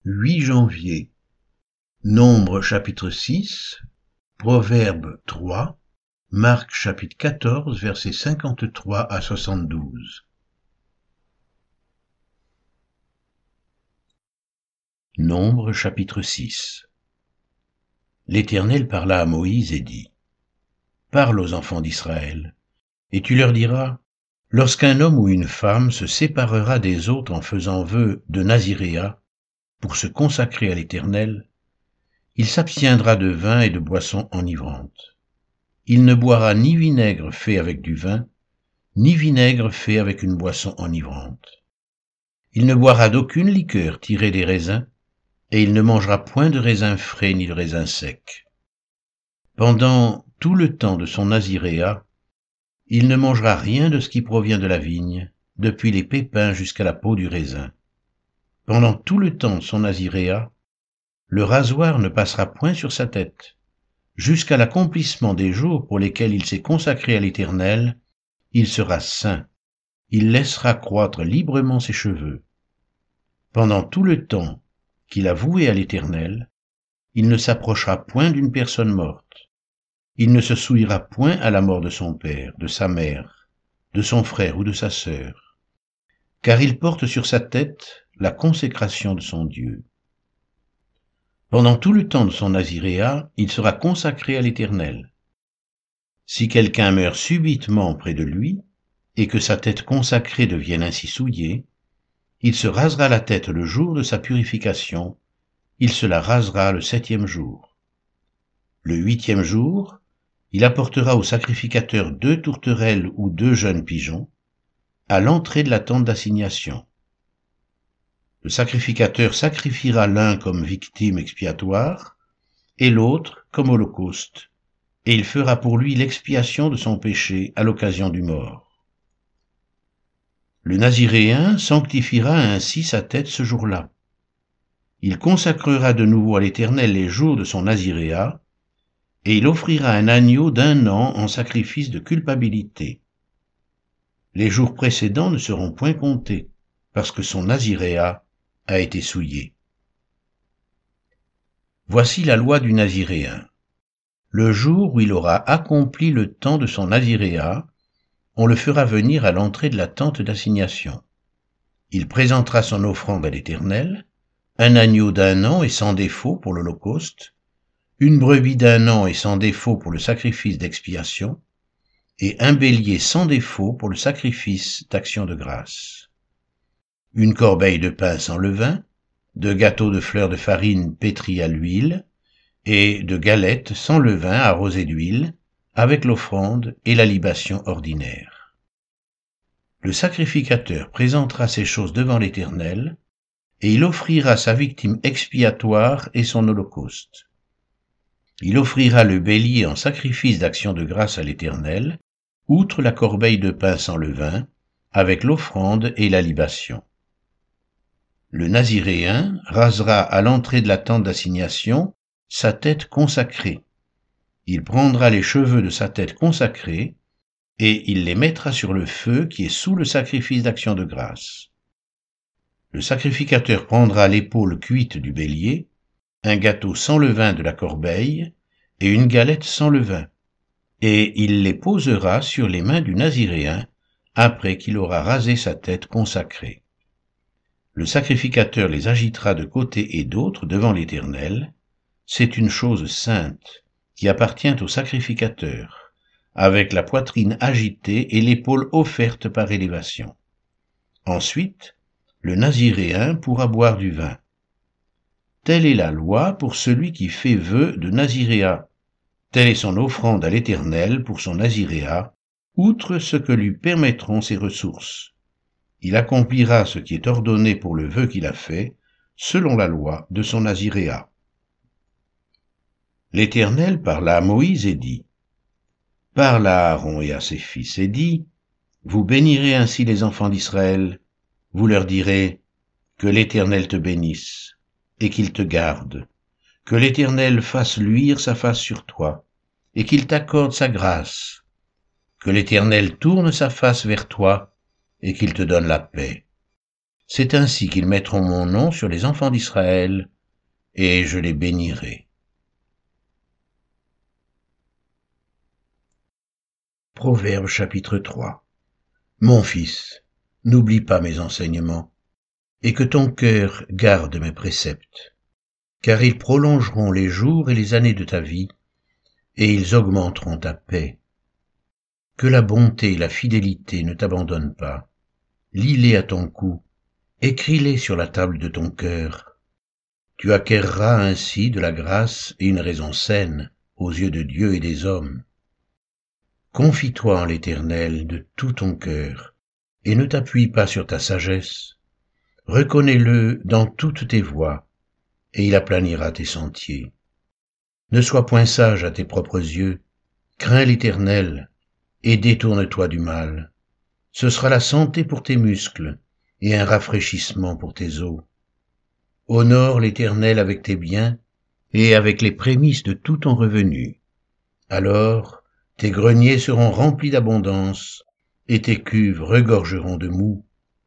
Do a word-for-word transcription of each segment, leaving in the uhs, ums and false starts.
huit janvier. Nombre chapitre six, Proverbe trois, Marc chapitre quatorze, versets cinquante-trois à soixante-douze. Nombre chapitre six. L'Éternel parla à Moïse et dit : Parle aux enfants d'Israël, et tu leur diras : lorsqu'un homme ou une femme se séparera des autres en faisant vœu de naziréat pour se consacrer à l'Éternel, il s'abstiendra de vin et de boissons enivrantes. Il ne boira ni vinaigre fait avec du vin, ni vinaigre fait avec une boisson enivrante. Il ne boira d'aucune liqueur tirée des raisins, et il ne mangera point de raisin frais ni de raisin sec. Pendant tout le temps de son naziréat, il ne mangera rien de ce qui provient de la vigne, depuis les pépins jusqu'à la peau du raisin. Pendant tout le temps de son naziréat, le rasoir ne passera point sur sa tête. Jusqu'à l'accomplissement des jours pour lesquels il s'est consacré à l'Éternel, il sera saint. Il laissera croître librement ses cheveux. Pendant tout le temps qu'il a voué à l'Éternel, il ne s'approchera point d'une personne morte. Il ne se souillera point à la mort de son père, de sa mère, de son frère ou de sa sœur, car il porte sur sa tête la consécration de son Dieu. Pendant tout le temps de son naziréat, il sera consacré à l'Éternel. Si quelqu'un meurt subitement près de lui, et que sa tête consacrée devienne ainsi souillée, il se rasera la tête le jour de sa purification, il se la rasera le septième jour. Le huitième jour, il apportera au sacrificateur deux tourterelles ou deux jeunes pigeons, à l'entrée de la tente d'assignation. Le sacrificateur sacrifiera l'un comme victime expiatoire et l'autre comme holocauste, et il fera pour lui l'expiation de son péché à l'occasion du mort. Le naziréen sanctifiera ainsi sa tête ce jour-là. Il consacrera de nouveau à l'Éternel les jours de son naziréat, et il offrira un agneau d'un an en sacrifice de culpabilité. Les jours précédents ne seront point comptés, parce que son naziréat a été souillé. Voici la loi du naziréen. Le jour où il aura accompli le temps de son naziréat, on le fera venir à l'entrée de la tente d'assignation. Il présentera son offrande à l'Éternel, un agneau d'un an et sans défaut pour l'holocauste, une brebis d'un an et sans défaut pour le sacrifice d'expiation, et un bélier sans défaut pour le sacrifice d'action de grâce. Une corbeille de pain sans levain, de gâteaux de fleurs de farine pétris à l'huile, et de galettes sans levain arrosées d'huile, avec l'offrande et la libation ordinaire. Le sacrificateur présentera ces choses devant l'Éternel, et il offrira sa victime expiatoire et son holocauste. Il offrira le bélier en sacrifice d'action de grâce à l'Éternel, outre la corbeille de pain sans levain, avec l'offrande et la libation. Le naziréen rasera à l'entrée de la tente d'assignation sa tête consacrée. Il prendra les cheveux de sa tête consacrée, et il les mettra sur le feu qui est sous le sacrifice d'action de grâce. Le sacrificateur prendra l'épaule cuite du bélier, un gâteau sans levain de la corbeille, et une galette sans levain, et il les posera sur les mains du naziréen, après qu'il aura rasé sa tête consacrée. Le sacrificateur les agitera de côté et d'autre devant l'Éternel. C'est une chose sainte, qui appartient au sacrificateur, avec la poitrine agitée et l'épaule offerte par élévation. Ensuite, le naziréen pourra boire du vin. Telle est la loi pour celui qui fait vœu de naziréat. Telle est son offrande à l'Éternel pour son naziréat, outre ce que lui permettront ses ressources. Il accomplira ce qui est ordonné pour le vœu qu'il a fait, selon la loi de son naziréat. L'Éternel parla à Moïse et dit : Parle à Aaron et à ses fils et dis : Vous bénirez ainsi les enfants d'Israël. Vous leur direz : Que l'Éternel te bénisse et qu'il te garde. Que l'Éternel fasse luire sa face sur toi et qu'il t'accorde sa grâce. Que l'Éternel tourne sa face vers toi et qu'il te donne la paix. C'est ainsi qu'ils mettront mon nom sur les enfants d'Israël, et je les bénirai. Proverbe chapitre trois. Mon fils, n'oublie pas mes enseignements, et que ton cœur garde mes préceptes, car ils prolongeront les jours et les années de ta vie, et ils augmenteront ta paix. Que la bonté et la fidélité ne t'abandonnent pas. Lis-les à ton cou, écris-les sur la table de ton cœur. Tu acquerras ainsi de la grâce et une raison saine aux yeux de Dieu et des hommes. Confie-toi en l'Éternel de tout ton cœur, et ne t'appuie pas sur ta sagesse. Reconnais-le dans toutes tes voies, et il aplanira tes sentiers. Ne sois point sage à tes propres yeux, crains l'Éternel, et détourne-toi du mal. Ce sera la santé pour tes muscles, et un rafraîchissement pour tes os. Honore l'Éternel avec tes biens, et avec les prémices de tout ton revenu. Alors, tes greniers seront remplis d'abondance, et tes cuves regorgeront de moût.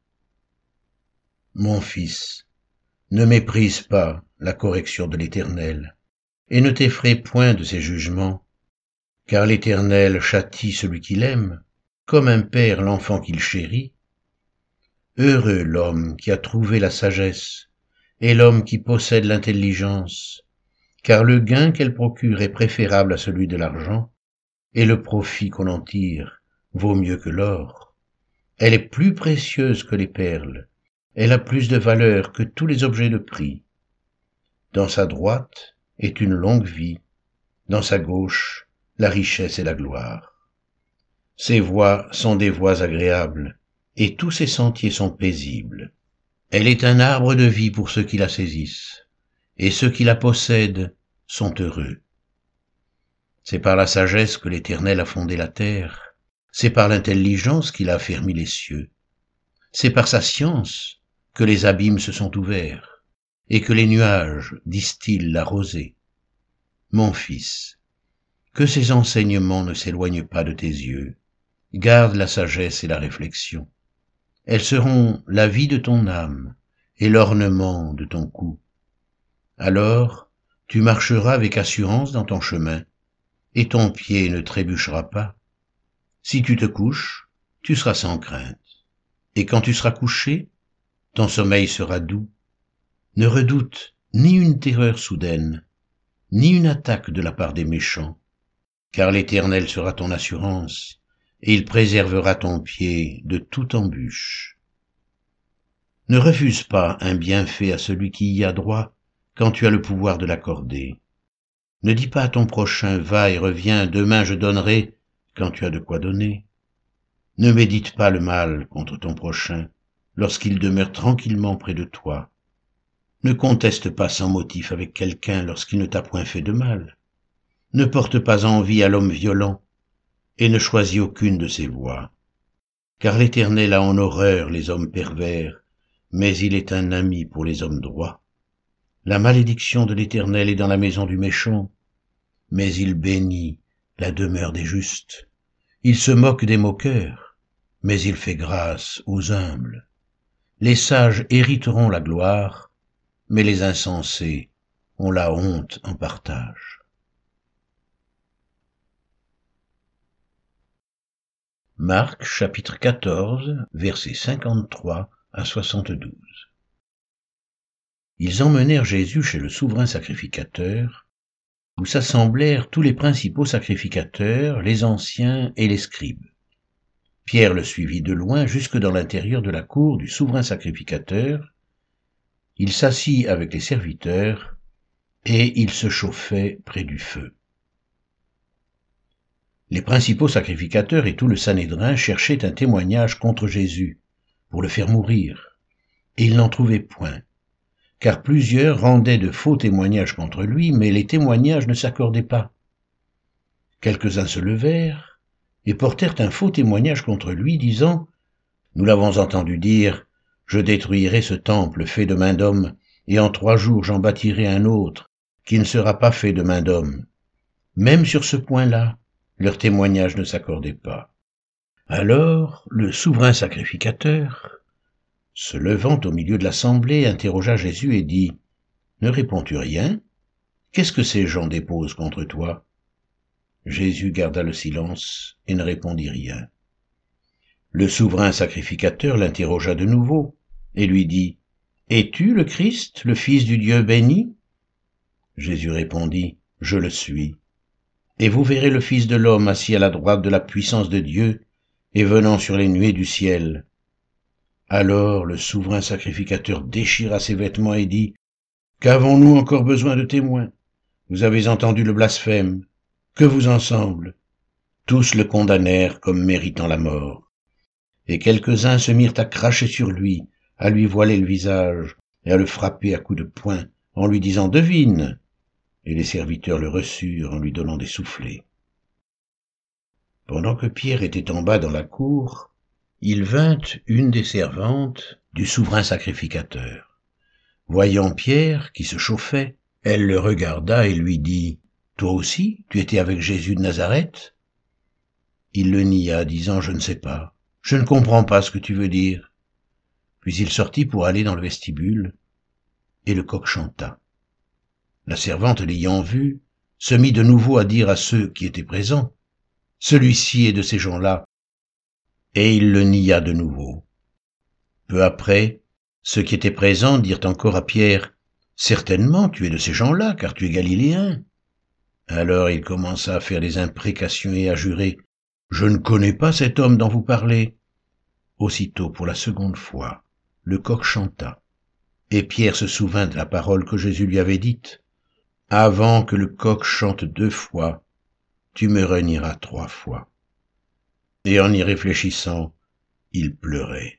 Mon fils, ne méprise pas la correction de l'Éternel, et ne t'effraie point de ses jugements, car l'Éternel châtie celui qu'il aime, comme un père l'enfant qu'il chérit. Heureux l'homme qui a trouvé la sagesse, et l'homme qui possède l'intelligence, car le gain qu'elle procure est préférable à celui de l'argent, et le profit qu'on en tire vaut mieux que l'or. Elle est plus précieuse que les perles, elle a plus de valeur que tous les objets de prix. Dans sa droite est une longue vie, dans sa gauche la richesse et la gloire. Ses voies sont des voies agréables, et tous ses sentiers sont paisibles. Elle est un arbre de vie pour ceux qui la saisissent, et ceux qui la possèdent sont heureux. C'est par la sagesse que l'Éternel a fondé la terre, c'est par l'intelligence qu'il a affermi les cieux, c'est par sa science que les abîmes se sont ouverts, et que les nuages distillent la rosée. Mon fils, que ces enseignements ne s'éloignent pas de tes yeux, garde la sagesse et la réflexion. Elles seront la vie de ton âme et l'ornement de ton cou. Alors, tu marcheras avec assurance dans ton chemin, et ton pied ne trébuchera pas. Si tu te couches, tu seras sans crainte. Et quand tu seras couché, ton sommeil sera doux. Ne redoute ni une terreur soudaine, ni une attaque de la part des méchants, car l'Éternel sera ton assurance, et il préservera ton pied de toute embûche. Ne refuse pas un bienfait à celui qui y a droit, quand tu as le pouvoir de l'accorder. Ne dis pas à ton prochain, va et reviens, demain je donnerai, quand tu as de quoi donner. Ne médite pas le mal contre ton prochain, lorsqu'il demeure tranquillement près de toi. Ne conteste pas sans motif avec quelqu'un lorsqu'il ne t'a point fait de mal. Ne porte pas envie à l'homme violent, et ne choisis aucune de ses voies. Car l'Éternel a en horreur les hommes pervers, mais il est un ami pour les hommes droits. La malédiction de l'Éternel est dans la maison du méchant, mais il bénit la demeure des justes. Il se moque des moqueurs, mais il fait grâce aux humbles. Les sages hériteront la gloire, mais les insensés ont la honte en partage. Marc chapitre quatorze, versets cinquante-trois à soixante-douze. Ils emmenèrent Jésus chez le souverain sacrificateur, où s'assemblèrent tous les principaux sacrificateurs, les anciens et les scribes. Pierre le suivit de loin jusque dans l'intérieur de la cour du souverain sacrificateur. Il s'assit avec les serviteurs, et il se chauffait près du feu. Les principaux sacrificateurs et tout le Sanhédrin cherchaient un témoignage contre Jésus, pour le faire mourir, et ils n'en trouvaient point, car plusieurs rendaient de faux témoignages contre lui, mais les témoignages ne s'accordaient pas. Quelques-uns se levèrent et portèrent un faux témoignage contre lui, disant « Nous l'avons entendu dire, je détruirai ce temple fait de main d'homme, et en trois jours j'en bâtirai un autre, qui ne sera pas fait de main d'homme. » Même sur ce point-là, leur témoignage ne s'accordait pas. Alors le souverain sacrificateur se levant au milieu de l'assemblée, interrogea Jésus et dit, « Ne réponds-tu rien? Qu'est-ce que ces gens déposent contre toi ?» Jésus garda le silence et ne répondit rien. Le souverain sacrificateur l'interrogea de nouveau et lui dit, « Es-tu le Christ, le Fils du Dieu béni ?» Jésus répondit, « Je le suis. Et vous verrez le Fils de l'homme assis à la droite de la puissance de Dieu et venant sur les nuées du ciel. » Alors le souverain sacrificateur déchira ses vêtements et dit, « Qu'avons-nous encore besoin de témoins? Vous avez entendu le blasphème. Que vous en semble ?» Tous le condamnèrent comme méritant la mort. Et quelques-uns se mirent à cracher sur lui, à lui voiler le visage et à le frapper à coups de poing en lui disant « Devine !» Et les serviteurs le reçurent en lui donnant des soufflets. Pendant que Pierre était en bas dans la cour, il vint une des servantes du souverain sacrificateur. Voyant Pierre qui se chauffait, elle le regarda et lui dit, « Toi aussi, tu étais avec Jésus de Nazareth ?» Il le nia, disant, « Je ne sais pas, je ne comprends pas ce que tu veux dire. » Puis il sortit pour aller dans le vestibule, et le coq chanta. La servante, l'ayant vu, se mit de nouveau à dire à ceux qui étaient présents, « Celui-ci est de ces gens-là. » Et il le nia de nouveau. Peu après, ceux qui étaient présents dirent encore à Pierre, « Certainement, tu es de ces gens-là, car tu es galiléen. » Alors il commença à faire des imprécations et à jurer, « Je ne connais pas cet homme dont vous parlez. » Aussitôt, pour la seconde fois, le coq chanta. Et Pierre se souvint de la parole que Jésus lui avait dite, « Avant que le coq chante deux fois, tu me renieras trois fois. » Et en y réfléchissant, il pleurait.